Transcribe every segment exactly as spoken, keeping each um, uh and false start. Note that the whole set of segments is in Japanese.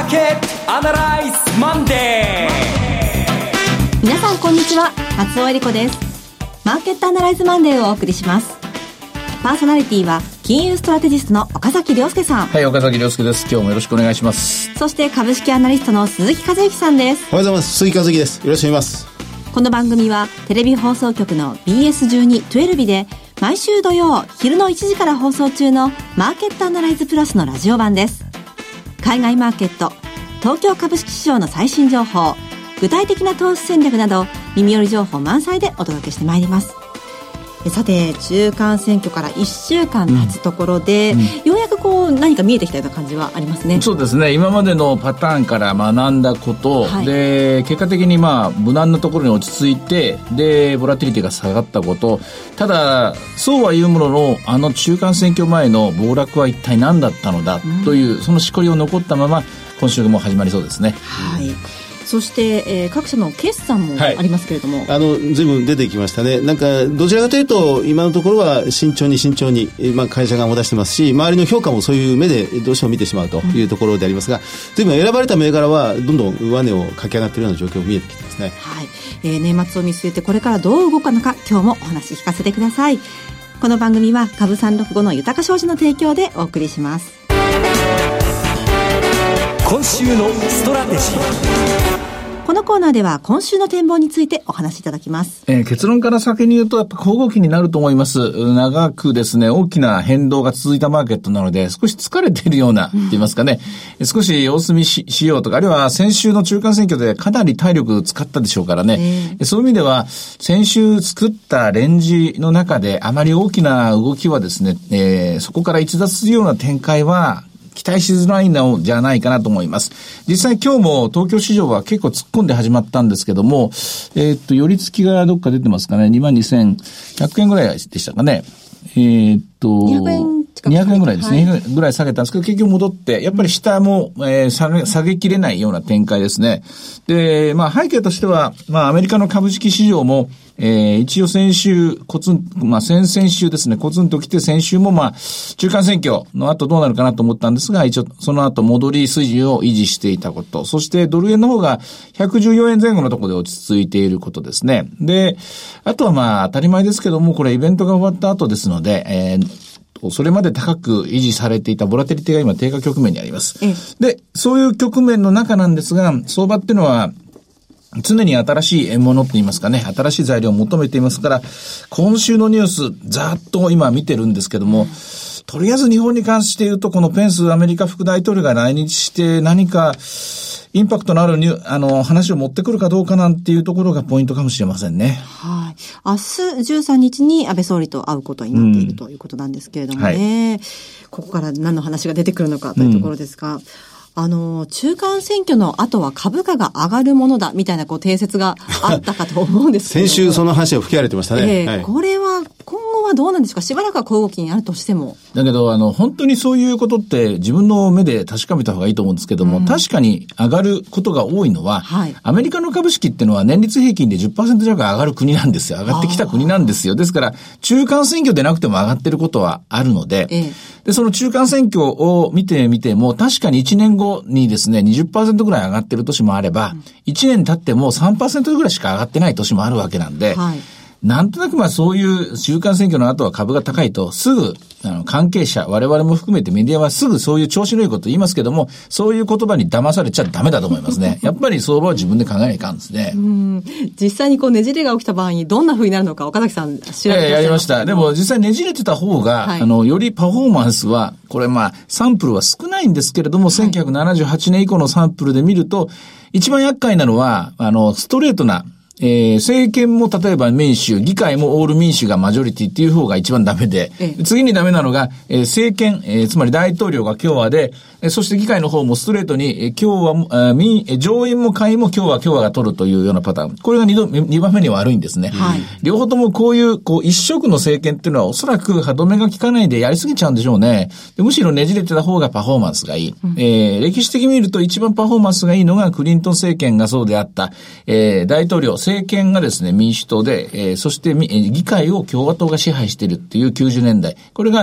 ーケットアナライズマンデー。 皆さんこんにちは、松尾恵理子です。マーケットアナライズマンデーをお送りします。パーソナリティは金融ストラテジストの岡崎亮介さん。 はい、岡崎亮介です。今日もよろしくお願いします。 そして株式アナリストの鈴木和之さんです。 おはようございます。鈴木和之です。よろしくお願いします。 この番組はテレビ放送局の ビーエスじゅうに じゅうに で毎週土曜昼のいちじから放送中のマーケットアナライズプラスのラジオ版です。海外マーケット、東京株式市場の最新情報、具体的な投資戦略など耳寄り情報満載でお届けしてまいります。さて、中間選挙からいっしゅうかん経つところで、うんうん、ようやくこう何か見えてきたような感じはありますね。 そうですね。今までのパターンから学んだこと、はい、で結果的にまあ無難なところに落ち着いて、でボラティリティが下がったこと。ただそうはいうものの、あの中間選挙前の暴落は一体何だったのだという、うん、そのしこりを残ったまま今週も始まりそうですね。 はい。そして、えー、各社の決算もありますけれども、はい、 あの随分出てきましたね。なんかどちらかというと今のところは慎重に慎重に、まあ、会社側も出してますし、周りの評価もそういう目でどうしても見てしまうというところでありますが、うん、随分選ばれた銘柄はどんどん上値を駆け上がっているような状況が見えてきてますね。 はい。えー、年末を見据えてこれからどう動くのか、今日もお話聞かせてください。この番組は株さんろくごの豊か商事の提供でお送りします。 今週のストラテジー。 このコーナーでは今週の展望についてお話しいただきます。 えー、結論から先に言うとやっぱ小動きになると思います。長くですね、大きな変動が続いたマーケットなので少し疲れているような、って言いますかね、うん、少し様子見 し, しようとか、あるいは先週の中間選挙でかなり体力使ったでしょうからね、えー、そういう意味では先週作ったレンジの中であまり大きな動きはですね、えー、そこから逸脱するような展開は期待しづらいのじゃないかなと思います。実際今日も東京市場は結構突っ込んで始まったんですけども、えー、っと、寄り付きがどっか出てますかね。にまんにせんひゃくえんぐらいでしたかね。えー、っと、 にひゃくえん近く。 にひゃくえんぐらいですね。はい、ぐらい下げたんですけど、結局戻って、やっぱり下も、えー、下げ、下げきれないような展開ですね。で、まあ背景としては、まあアメリカの株式市場も、えー、一応先週、コツン、まあ先々週ですね、コツンと来て先週もまあ、中間選挙の後どうなるかなと思ったんですが、一応その後戻り水準を維持していたこと、そしてドル円の方がひゃくじゅうよんえんぜん後のところで落ち着いていることですね。で、あとはまあ当たり前ですけども、これイベントが終わった後ですので、えー、それまで高く維持されていたボラテリティが今低下局面にあります。で、そういう局面の中なんですが、相場っていうのは、常に新しい獲物って言いますかね、新しい材料を求めていますから、今週のニュース、ざーっと今見てるんですけども、とりあえず日本に関して言うと、このペンスアメリカ副大統領が来日して何かインパクトのあるニュあの話を持ってくるかどうかなんていうところがポイントかもしれませんね。 はい。明日じゅうさんにちに安倍総理と会うことになっている、うん、ということなんですけれどもね、はい、ここから何の話が出てくるのかというところですが、うん、あの、中間選挙の後は株価が上がるものだみたいなこう定説があったかと思うんですけど先週その話を吹き荒れてましたね。 えーはい、これは今後はどうなんでしょうか。しばらくは小動きになるとしても。 だけど、あの、本当にそういうことって自分の目で確かめた方がいいと思うんですけども、うん、確かに上がることが多いのは、はい、アメリカの株式っていうのは年率平均で じゅっパーセント 弱上がる国なんですよ。上がってきた国なんですよ。ですから、中間選挙でなくても上がってることはあるので、えー、で、その中間選挙を見てみても、確かにいちねんごにですね、にじゅっパーセント ぐらい上がってる年もあれば、うん、いちねん経っても さんパーセント ぐらいしか上がってない年もあるわけなんで、はい、なんとなくまあそういう中間選挙の後は株が高いとすぐあの関係者我々も含めてメディアはすぐそういう調子のいいこと言いますけども、そういう言葉に騙されちゃダメだと思いますね。やっぱり相場は自分で考えないかんですね。 うん、実際にこうねじれが起きた場合にどんな風になるのか岡崎さん調べてらっしゃいますか？ やりました。でも実際ねじれてた方が、はい、あのよりパフォーマンスはこれまあサンプルは少ないんですけれども、はい、せんきゅうひゃくななじゅうはちねん以降のサンプルで見ると一番厄介なのはあのストレートなえー、政権も例えば民主、議会もオール民主がマジョリティっていう方が一番ダメで、ええ、次にダメなのが、えー、政権、えー、つまり大統領が共和で、えー、そして議会の方もストレートに、えー、共和も、えー、民、えー、上院も下院も共和、共和が取るというようなパターン。これが二度、二番目に悪いんですね。はい、両方ともこういう、こう、一色の政権っていうのはおそらく歯止めが効かないでやりすぎちゃうんでしょうね。でむしろねじれてた方がパフォーマンスがいい。うん、えー、歴史的に見ると一番パフォーマンスがいいのがクリントン政権がそうであった、えー、大統領、政権がですね、民主党で、えー、そして議会を共和党が支配しているっていうきゅうじゅうねんだい。これが、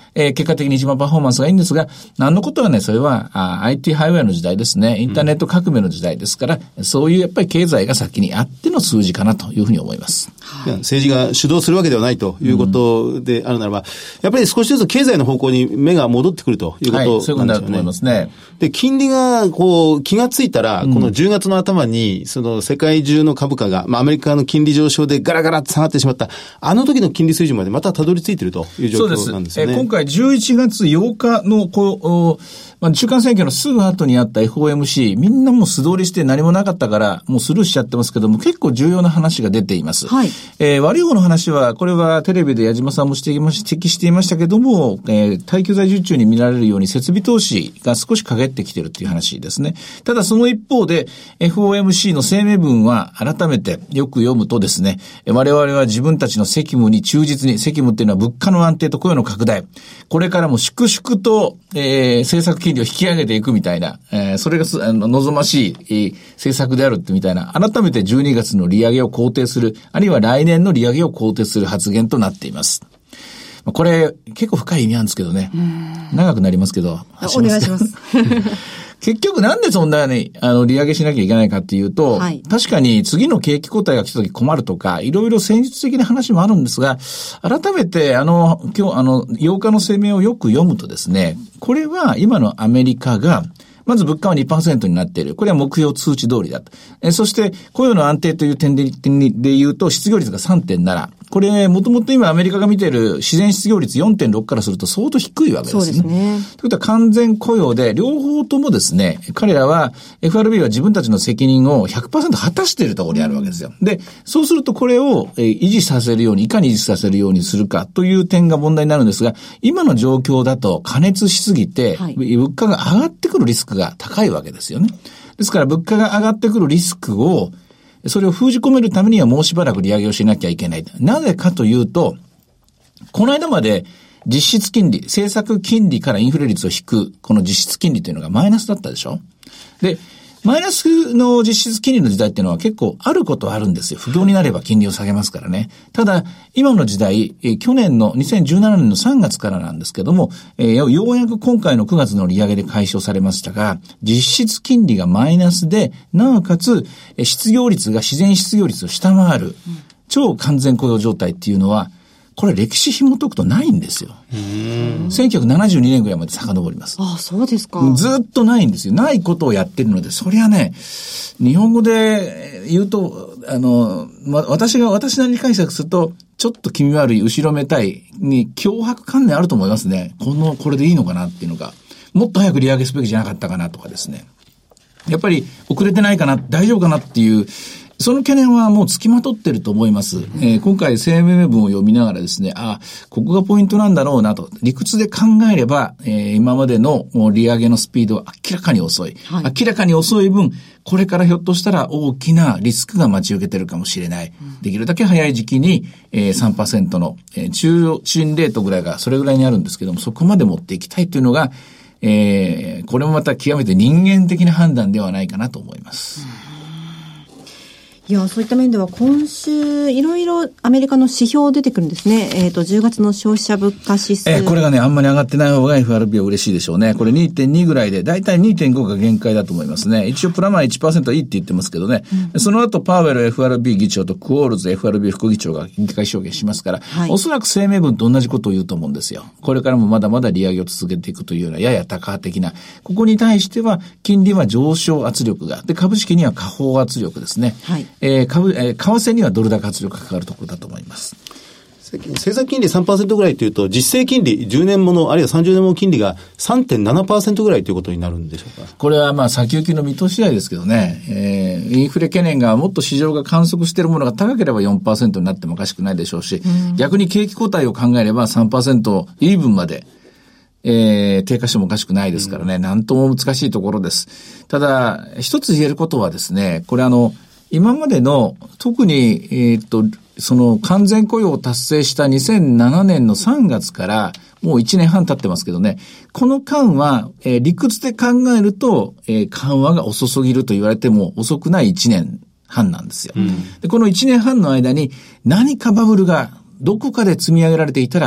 えー、結果的に一番パフォーマンスがいいんですが、何のことはね、それはあ アイティー ハイウェアの時代ですね。インターネット革命の時代ですから、うん、そういうやっぱり経済が先にあっての数字かなというふうに思います。 いや政治が主導するわけではないということであるならば、うん、やっぱり少しずつ経済の方向に目が戻ってくるということなんでしょうね。はい、そういうことだと思いますね。で、金利がこう気がついたら、このじゅうがつの頭にその世界中の株価が、まあアメリカの金利上昇でガラガラって下がってしまった、あの時の金利水準までまたたどり着いているという状況なんですよね。 そうです。えー、今回じゅういちがつようかのこう、まあ、中間選挙のすぐ後にあった エフオーエムシー、みんなもう素通りして何もなかったから、もうスルーしちゃってますけども、結構重要な話が出ています。はい。えー、悪い方の話は、これはテレビで矢島さんも指摘していましたけども、えー、耐久財受注に見られるように設備投資が少し陰ってきているという話ですね。ただその一方で、エフオーエムシー の声明文は改めてよく読むとですね、我々は自分たちの責務に忠実に、責務っていうのは物価の安定と雇用の拡大、これからも粛々と、えー、政策金利を引き上げていくみたいな、えー、それがあの望ましい、えー、政策であるってみたいな、改めてじゅうにがつの利上げを肯定する、あるいは来年の利上げを肯定する発言となっています。これ結構深い意味なんですけどね。長くなりますけど。 お願いします。 結局なんでそんなに、あの、利上げしなきゃいけないかっていうと、はい、確かに次の景気後退が来た時困るとか、いろいろ戦術的な話もあるんですが、改めて、あの、今日、あの、ようかの声明をよく読むとですね、これは今のアメリカが、まず物価は にパーセント になっている。これは目標通知通りだと。えそして雇用の安定という点で、で言うと失業率が さんてんなな。これ、もともと今アメリカが見ている自然失業率 よんてんろく からすると相当低いわけですね。そうですね。ということは完全雇用で、両方ともですね、彼らは エフアールビー は自分たちの責任を ひゃくパーセント 果たしているところにあるわけですよ。で、そうするとこれを維持させるように、いかに維持させるようにするかという点が問題になるんですが、今の状況だと加熱しすぎて、はい、物価が上がってくるリスクが高いわけですよね。ですから物価が上がってくるリスクを、それを封じ込めるためにはもうしばらく利上げをしなきゃいけない。なぜかというと、この間まで実質金利、政策金利からインフレ率を引く、この実質金利というのがマイナスだったでしょ。で、マイナスの実質金利の時代っていうのは結構あることはあるんですよ。不況になれば金利を下げますからね。ただ、今の時代、え去年のにせんじゅうななねんのさんがつからなんですけども、えー、ようやく今回のくがつの利上げで解消されましたが、実質金利がマイナスで、なおかつ、失業率が自然失業率を下回る、超完全雇用状態っていうのは、これ歴史紐解くとないんですよ。せんきゅうひゃくななじゅうにねんぐらいまで遡ります。 ああ、そうですか。 ずっとないんですよ。ないことをやってるので、そりゃね、日本語で言うと、あの、ま、私が、私なりに解釈すると、ちょっと気味悪い、後ろめたいに脅迫観念あると思いますね。この、これでいいのかなっていうのが。もっと早く利上げすべきじゃなかったかなとかですね。やっぱり遅れてないかな、大丈夫かなっていう、その懸念はもう付きまとってると思います。えー、今回声明文を読みながらですね、あ、ここがポイントなんだろうなと、理屈で考えれば、えー、今までの利上げのスピードは明らかに遅い。はい、明らかに遅い分、これからひょっとしたら大きなリスクが待ち受けてるかもしれない。うん、できるだけ早い時期に、えー、さんパーセントの、えー、中心レートぐらいがそれぐらいにあるんですけども、そこまで持っていきたいというのが、えー、これもまた極めて人間的な判断ではないかなと思います。うん、 いや、そういった面では今週いろいろアメリカの指標出てくるんですね。えっと、じゅうがつの消費者物価指数。 えー、これがね、あんまり上がってない方が エフアールビー は嬉しいでしょうね。これ にてんに ぐらいで、だいたい にてんご が限界だと思いますね。一応プラマイ いちパーセント はいいって言ってますけどね。うん、その後、パウエル エフアールビー 議長とクォールズ エフアールビー 副議長が議会証言しますから、はい、おそらく声明文と同じことを言うと思うんですよ。これからもまだまだ利上げを続けていくというような、やや高派的な。ここに対しては、金利は上昇圧力が。で、株式には下方圧力ですね。はい。えー、株、えー為替にはドル高圧力がかかるところだと思います。 政策金利 さんパーセント ぐらいというと、実勢金利じゅうねんものあるいはさんじゅうねんもの金利が さんてんななパーセント ぐらいということになるんでしょうか。 これはまあ先行きの見通し次第ですけどね、えー、インフレ懸念がもっと市場が観測しているものが高ければ よんパーセント になってもおかしくないでしょうし、うん、逆に景気後退を考えれば さんパーセント イーブンまでえー、低下してもおかしくないですからね、なんとも難しいところです。ただ一つ言えることはですね、これあの今までの特にえー、っとその完全雇用を達成したにせんななねんのさんがつからもういちねんはん経ってますけどね、この間は、えー、理屈で考えると、えー、緩和が遅すぎると言われても遅くないいちねんはんなんですよ。うん、でこのいちねんはんの間に何かバブルがどこかで積み上げられていたら、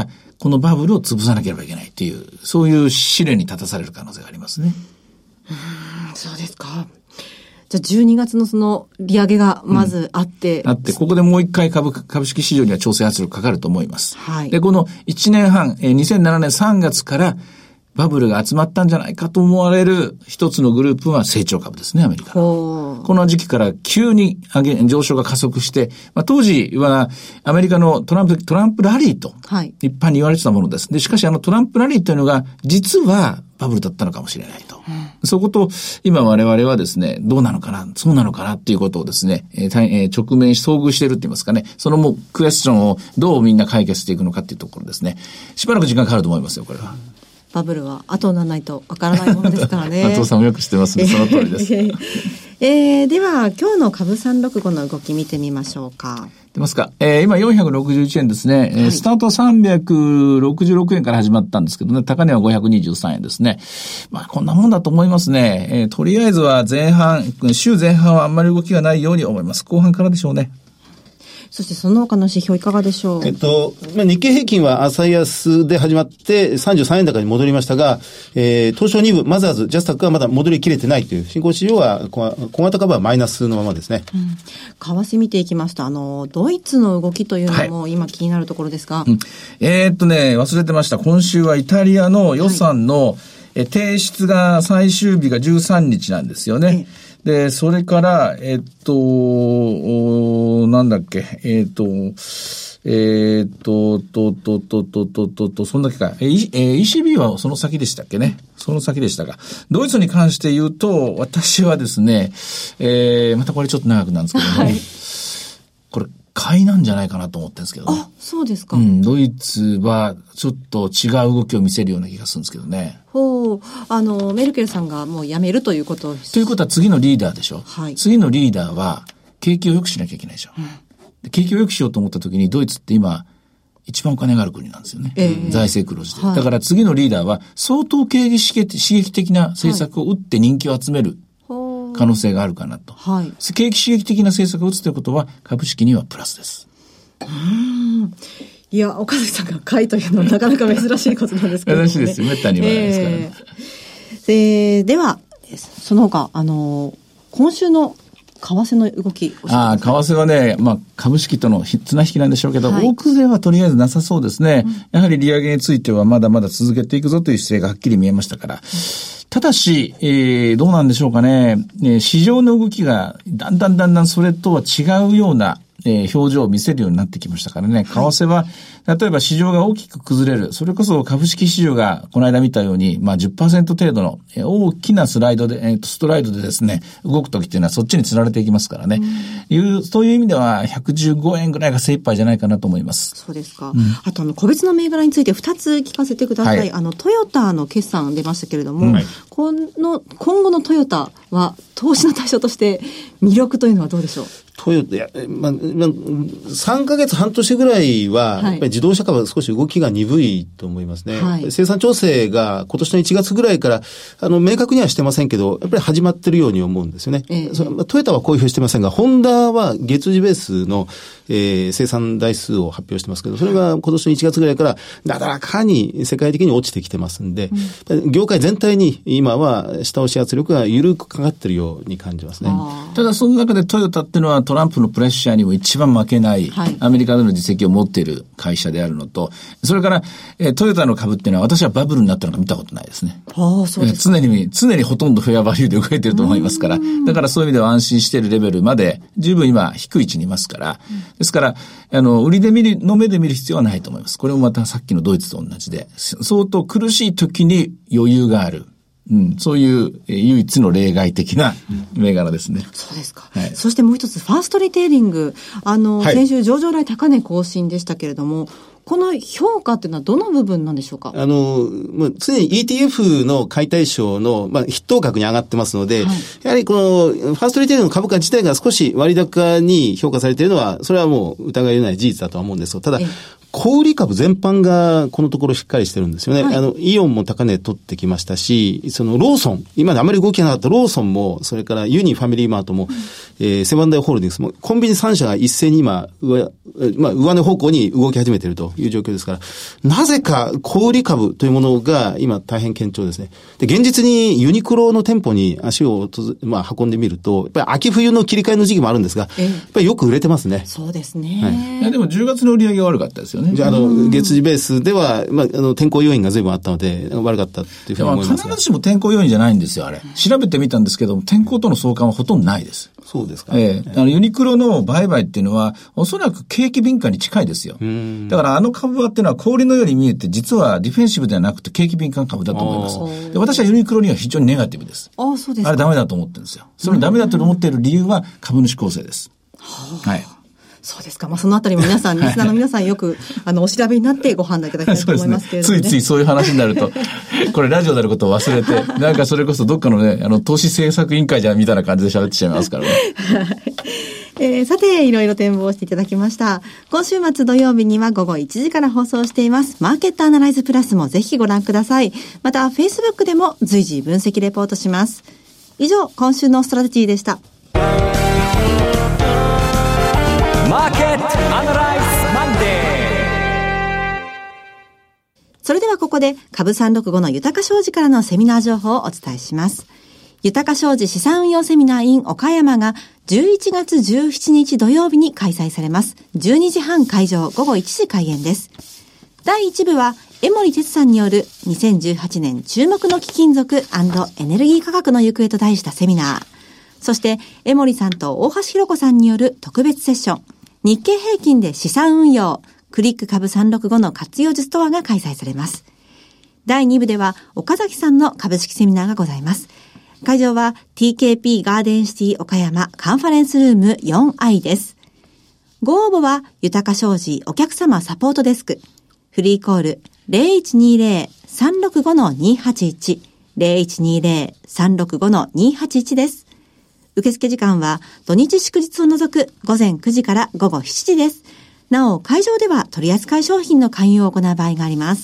このバブルを潰さなければいけないっていう、そういう試練に立たされる可能性がありますね。 うーん、そうですか。じゃあじゅうにがつのその利上げがまずあって、うん、 あって、ここでもう一回株、株式市場には調整圧力かかると思います。 はい。 で、このいちねんはん、えー、にせんななねんさんがつからバブルが集まったんじゃないかと思われる一つのグループは成長株ですね、アメリカの。この時期から急に上げ、上昇が加速して、まあ、当時はアメリカのトランプ、トランプラリーと一般に言われてたものです。で、しかしあのトランプラリーというのが実はバブルだったのかもしれないと。うん、そこと、今我々はですね、どうなのかな、そうなのかなっていうことをですね、えーえー、直面し、遭遇しているって言いますかね、そのもうクエスチョンをどうみんな解決していくのかっていうところですね。しばらく時間かかると思いますよ、これは。 バブルは後にならないとわからないものですからね。 松尾さんもよく知ってますね。その通りです。 えー、では今日の株さんろくごの動き見てみましょうか。 出ますか。えー、今よんひゃくろくじゅういちえんですね。はい、スタートはさんびゃくろくじゅうろくえんから始まったんですけどね、高値はごひゃくにじゅうさんえんですね。まあこんなもんだと思いますね。えー、とりあえずは前半、週前半はあんまり動きがないように思います。後半からでしょうね。 そしてその他の指標いかがでしょう。 えっと、まあ、日経平均は朝安で始まってさんじゅうさんえん高に戻りましたが、えー、東証に部、マザーズ、ジャスタックはまだ戻りきれてないという、新興市場は小型株はマイナスのままですね。 うん、為替見ていきますと、あの、ドイツの動きというのも今気になるところですが。はいうん、 えー、っとね、忘れてました。今週はイタリアの予算の、はい、え提出が最終日がじゅうさんにちなんですよね。えで、それから、えっと、なんだっけ、えっと、えっと、と、と、と、と、と、と、と、そんだけか。え、イーシービー はその先でしたっけね。その先でしたが。ドイツに関して言うと、私はですね、えー、またこれちょっと長くなるんですけども、はい、これ、買いなんじゃないかなと思ってるんですけどね。 あ、そうですか。 うん、ドイツはちょっと違う動きを見せるような気がするんですけどね。 ほう、あの、メルケルさんがもう辞めるということを。 ということは次のリーダーでしょ。はい。次のリーダーは、景気を良くしなきゃいけないでしょ。うん、で景気を良くしようと思った時に、ドイツって今、一番お金がある国なんですよね。えー、財政黒字で、はい。だから次のリーダーは、相当経済刺激的な政策を打って人気を集める。はい可能性があるかなと。はい。景気刺激的な政策を打つということは株式にはプラスです。 うーん。いや、岡崎さんが買いというのはなかなか珍しいことなんですけどね。 珍しいですよ。めったに言わないですからね。 えー、えー、では、その他、あの、今週の為替の動きああ、為替はね、まあ、株式との綱引きなんでしょうけど、はい、大崩れはとりあえずなさそうですね、うん。やはり利上げについてはまだまだ続けていくぞという姿勢がはっきり見えましたから。うんただし、えー、どうなんでしょうかね、えー、市場の動きがだんだんだんだんそれとは違うような、えー、表情を見せるようになってきましたからね。為替は、例えば市場が大きく崩れる。それこそ株式市場がこの間見たように、まあ じゅっパーセント 程度の、えー、大きなスライドで、えー、ストライドでですね、動くときっていうのはそっちに釣られていきますからね。うん、いう、そういう意味ではひゃくじゅうごえんぐらいが精一杯じゃないかなと思います。 そうですか。うん、あとあの、個別の銘柄についてふたつ聞かせてください。はい、あの、トヨタの決算出ましたけれども、うんはい、この、今後のトヨタは投資の対象として魅力というのはどうでしょう？ トヨタ、いや、まあ、まあ、さんかげつ半年ぐらいは、やっぱり自動車株は少し動きが鈍いと思いますね。はい、生産調整が今年のいちがつぐらいから、あの、明確にはしてませんけど、やっぱり始まってるように思うんですよね。えー、そのトヨタは公表してませんが、ホンダは月次ベースの、えー、生産台数を発表してますけど、それが今年のいちがつぐらいから、なだらかに世界的に落ちてきてますんで、うん、業界全体に今は下押し圧力が緩くかかってるように感じますね。 ただその中でトヨタっていうのはトランプのプレッシャーにも一番負けない、はい、アメリカでの実績を持っている会社であるのと、それから、えー、トヨタの株っていうのは私はバブルになったのか見たことないですね。 ああ、そうですか。 常に、常にほとんどフェアバリューで動いてると思いますから、だからそういう意味では安心しているレベルまで十分今低い位置にいますから、うん、ですから、あの、売りで見る、の目で見る必要はないと思います。これもまたさっきのドイツと同じで、相当苦しい時に余裕がある。うん、そういう、えー、唯一の例外的な銘柄ですね。うん、 そうですか、はい。そしてもう一つ、ファーストリテイリング。あの、はい、先週上場来高値更新でしたけれども、この評価っていうのはどの部分なんでしょうか？ あの、まあ、常に イーティーエフ の買い対象の、まあ、筆頭格に上がってますので、はい、やはりこの、ファーストリテイリングの株価自体が少し割高に評価されているのは、それはもう疑いのない事実だとは思うんですよ。ただ、 小売株全般がこのところしっかりしてるんですよね。 はい、 あの、イオンも高値取ってきましたし、そのローソン、今まであまり動きがなかったローソンも、それからユニファミリーマートも、うん、えー、セブン&アイホールディングスも、コンビニさん社が一斉に今、上、まあ、上値方向に動き始めているという状況ですから、なぜか小売株というものが今大変堅調ですね。で、現実にユニクロの店舗に足を、まあ、運んでみると、やっぱり秋冬の切り替えの時期もあるんですが、やっぱりよく売れてますね。 そうですね。 はい、いやでもじゅうがつの売り上げが悪かったですよね。 じゃあ、あの、月次ベースでは、まあ、あの、天候要因が随分あったので、悪かったっていうふうに思いますが。 必ずしも天候要因じゃないんですよ、あれ。調べてみたんですけども、天候との相関はほとんどないです。 そうですか。 ええー、あの、ユニクロの売買っていうのは、おそらく景気敏感に近いですよ。だからあの株はっていうのは氷のように見えて、実はディフェンシブではなくて景気敏感株だと思います。で、私はユニクロには非常にネガティブです。 ああ、そうですか。 あれダメだと思ってるんですよ。それダメだと思っている理由は株主構成です。はい。 そうですか。まあ、そのあたりも皆さん、リスナーの皆さんよく、あの、お調べになってご判断いただきたいと思いますけれども、ね。 そうですね。ついついそういう話になると、これラジオであることを忘れて、なんかそれこそどっかのね、あの、投資政策委員会じゃみたいな感じで喋ってしまいますからね。 えー、さて、いろいろ展望していただきました。今週末土曜日には午後いちじから放送しています。マーケットアナライズプラスもぜひご覧ください。また、Facebook でも随時分析レポートします。以上、今週のストラテジーでした。 マーケットアナライズマンデー。 それではここで株さんろくごの豊か商事からのセミナー情報をお伝えします。豊か商事資産運用セミナー in 岡山がじゅういちがつじゅうしちにち土曜日に開催されます。じゅうにじはん会場、午後いちじ開演です。だいいち部は江森哲さんによるにせんじゅうはちねん注目の貴金属&エネルギー価格の行方と題したセミナー。そして江森さんと大橋弘子さんによる特別セッション。日経平均で資産運用、クリック株さんろくごの活用術とはが開催されます。だいに部では岡崎さんの株式セミナーがございます。会場は ティーケーピー ガーデンシティ岡山カンファレンスルーム フォーアイ です。ご応募は豊か商事お客様サポートデスク。フリーコール ゼロいちにゼロ さんろくご にはちいち ゼロいちにゼロ さんろくご にはちいちです。受付時間は土日祝日を除く午前くじから午後しちじです。なお、会場では取扱い商品の勧誘を行う場合があります。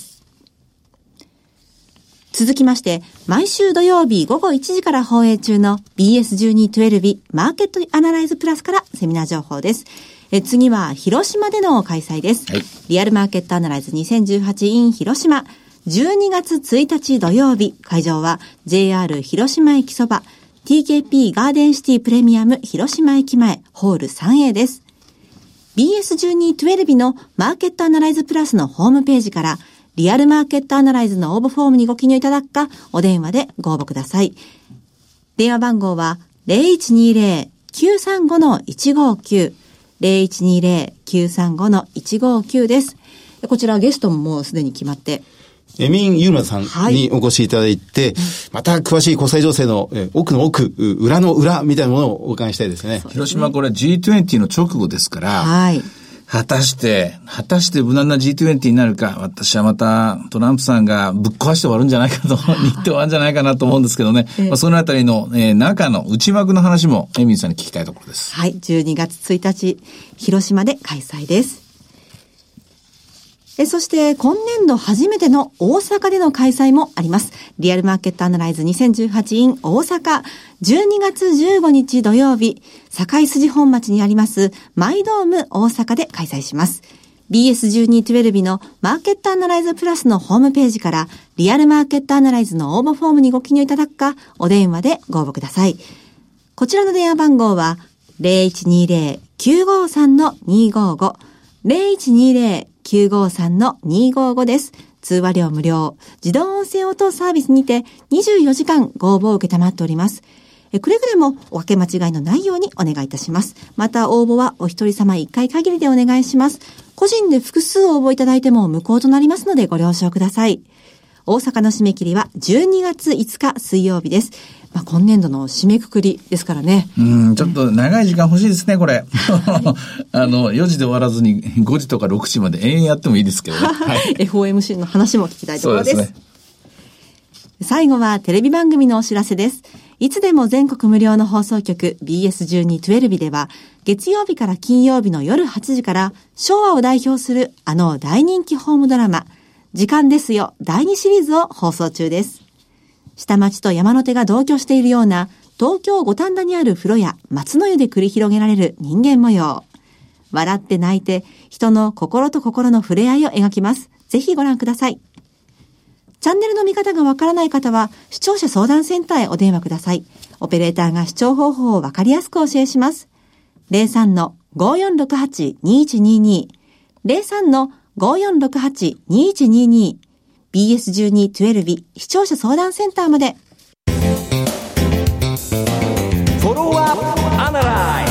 続きまして、毎週土曜日午後いちじから放映中の ビーエスじゅうにじゅうに マーケットアナライズプラスからセミナー情報です。え次は広島での開催です。はい、リアルマーケットアナライズにせんじゅうはち in 広島。じゅうにがつついたち土曜日、会場は ジェイアール 広島駅そば、ティーケーピー ガーデンシティプレミアム広島駅前ホール スリーエー です。ビーエスじゅうにじゅうに のマーケットアナライズプラスのホームページからリアルマーケットアナライズの応募フォームにご記入いただくかお電話でご応募ください。電話番号は ゼロいちにゼロ きゅうさんご いちごきゅう ゼロいちにゼロ きゅうさんご いちごきゅうです。こちらゲストももうすでに決まってエミン・ユーマさんにお越しいただいて、はい、また詳しい国際情勢の奥の奥、裏の裏みたいなものをお伺いしたいですね。 広島これ ジートゥエンティー の直後ですから、 はい、 果たして、果たして無難な ジートゥエンティー になるか、私はまたトランプさんがぶっ壊して終わるんじゃないかと、日程終わるんじゃないかなと思うんですけどね、えーまあ、そのあたりの、えー、中の内幕の話もエミンさんに聞きたいところです。 はい、じゅうにがつついたち、広島で開催です。えそして今年度初めての大阪での開催もあります。リアルマーケットアナライズにせんじゅうはち in 大阪じゅうにがつじゅうごにち土曜日、堺筋本町にありますマイドーム大阪で開催します。ビーエスじゅうにじゅうに のマーケットアナライズプラスのホームページからリアルマーケットアナライズの応募フォームにご記入いただくかお電話でご応募ください。こちらの電話番号は ゼロいちにゼロ きゅうごさん にごご ゼロいちにゼロ きゅうごさん にごごです。通話料無料、自動音声応答サービスにてにじゅうよじかんご応募を受けたまっております。えくれぐれもおかけ間違いのないようにお願いいたします。また応募はお一人様いっかい限りでお願いします。個人で複数応募いただいても無効となりますのでご了承ください。大阪の締め切りはじゅうにがついつか水曜日です。まあ、今年度の締めくくりですからね。 うん、ちょっと長い時間欲しいですね、これ。あの、よじで終わらずにごじとかろくじまで延々やってもいいですけどね。はい、 エフオーエムシー の話も聞きたいところです。 そうですね。 最後はテレビ番組のお知らせです。 いつでも全国無料の放送局 ビーエスじゅうに じゅうに では月曜日から金曜日の夜はちじから昭和を代表するあの大人気ホームドラマ時間ですよだいにシリーズを放送中です。下町と山の手が同居しているような東京五反田にある風呂や松の湯で繰り広げられる人間模様。笑って泣いて人の心と心の触れ合いを描きます。ぜひご覧ください。チャンネルの見方がわからない方は視聴者相談センターへお電話ください。オペレーターが視聴方法をわかりやすくお教えします。ゼロさんのごーよんろくはちにいちにーにー ゼロさんのごーよんろくはちにいちにーにー ビーエスじゅうに じゅうに 視聴者相談センターまで。 フォローアップアナライ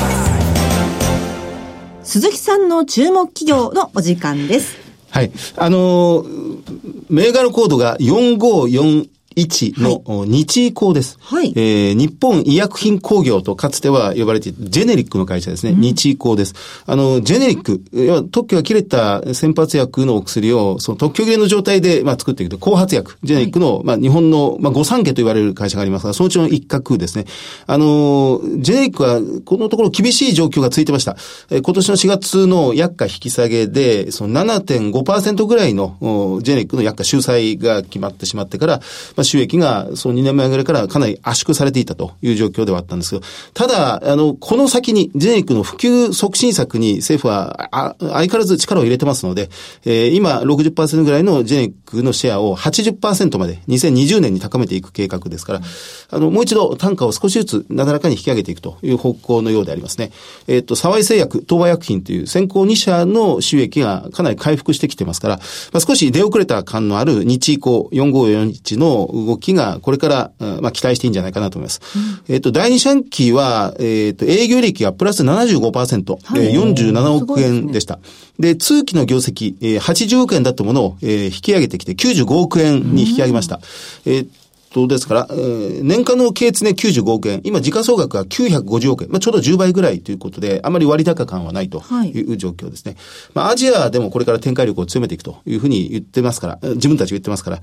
ズ鈴木さんの注目企業のお時間です。 はい。あのー、銘柄コードがよんごよんいちの日医工です。 はい。 えー、日本医薬品工業とかつては呼ばれているジェネリックの会社ですね。うん、日医工です。あの、ジェネリック、特許が切れた先発薬のお薬を、その特許切れの状態で、まあ、作っていくと、後発薬、ジェネリックの、はい、まあ、日本の、まあ、御三家と言われる会社がありますが、そのうちの一角ですね。あの、ジェネリックは、このところ厳しい状況が続いてました。えー、今年のしがつの薬価引き下げで、その ななてんごパーセント ぐらいの、ジェネリックの薬価秀才が決まってしまってから、まあ、収益がそのにねんまえぐらいからかなり圧縮されていたという状況ではあったんですけど、ただ、あの、この先にジェネリックの普及促進策に政府はあ相変わらず力を入れてますので、えー、今 ろくじゅっパーセント ぐらいのジェネリックのシェアを はちじゅっパーセント までにせんにじゅうねんに高めていく計画ですから、あの、もう一度単価を少しずつなだらかに引き上げていくという方向のようでありますね。えっと、沢井製薬、東和薬品という先行に社の収益がかなり回復してきてますから、まあ、少し出遅れた感のある日医工よんごよんいちの動きがこれから、まあ、期待していいんじゃないかなと思います。うん、えっと、第二四半期は、えっと、営業利益がプラス ななじゅうごパーセント、はい、よんじゅうななおくえんでした。で、通期の業績、えー、はちじゅうおくえんだったものを、えー、引き上げてきてきゅうじゅうごおくえんに引き上げました。うん、えーですから、えー、年間の経常ねきゅうじゅうごおくえん、今時価総額がきゅうひゃくごじゅうおくえん、まあ、ちょうどじゅうばいぐらいということで、あまり割高感はないという状況ですね。はい、まあ、アジアでもこれから展開力を強めていくというふうに言ってますから、自分たちが言ってますから、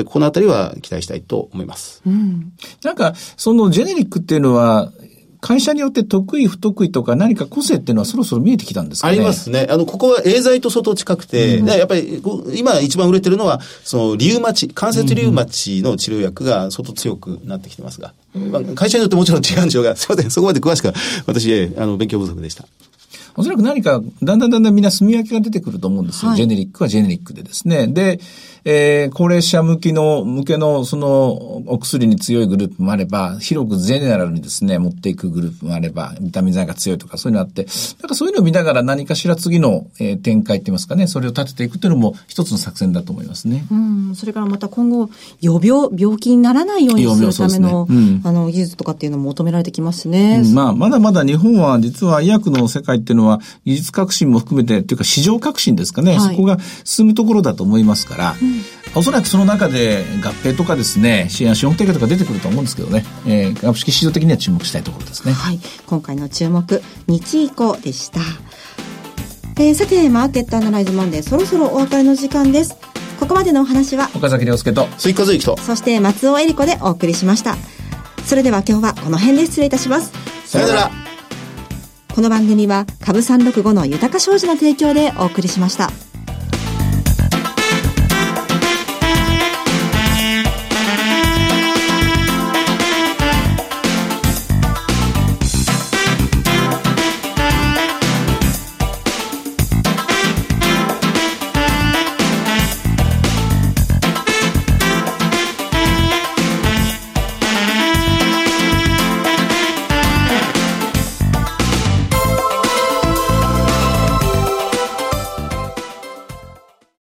このあたりは期待したいと思います。 うん、なんか、そのジェネリックっていうのは、会社によって得意不得意とか何か個性っていうのはそろそろ見えてきたんですかね。 ありますね。あの、ここはエーザイと相当近くて、うん、やっぱり今一番売れてるのは、そのリウマチ、関節リウマチの治療薬が相当強くなってきてますが、うんまあ、会社によってもちろん違うんでしょうが、すいません、そこまで詳しくは私、あの、勉強不足でした。 おそらく何かだんだんだんだんみんな住み分けが出てくると思うんですよ。はい、ジェネリックはジェネリックでですね。で、えー、高齢者向きの、向けのそのお薬に強いグループもあれば、広くゼネラルにですね、持っていくグループもあれば、ビタミン剤が強いとかそういうのあって、なんかそういうのを見ながら何かしら次の、えー、展開って言いますかね、それを立てていくというのも一つの作戦だと思いますね。 うん、それからまた今後、予病、病気にならないようにするための、ねうん、あの、技術とかっていうのも求められてきますね。 うん、まあ、まだまだ日本は実は医薬の世界っていうのは、技術革新も含めて、というか市場革新ですかね、はい、そこが進むところだと思いますから、うん、おそらくその中で合併とかですね、資本提携とか出てくると思うんですけどね、えー、株式市場的には注目したいところですね。 はい、今回の注目、日医工でした。えー、さて、マーケットアナライズマンデー、そろそろお別れの時間です。ここまでのお話は、 岡崎亮介と、 鈴木和之と、 そして松尾恵里子でお送りしました。それでは今日はこの辺で失礼いたします。 さよなら。 この番組は株さんろくごの豊か商事の提供でお送りしました。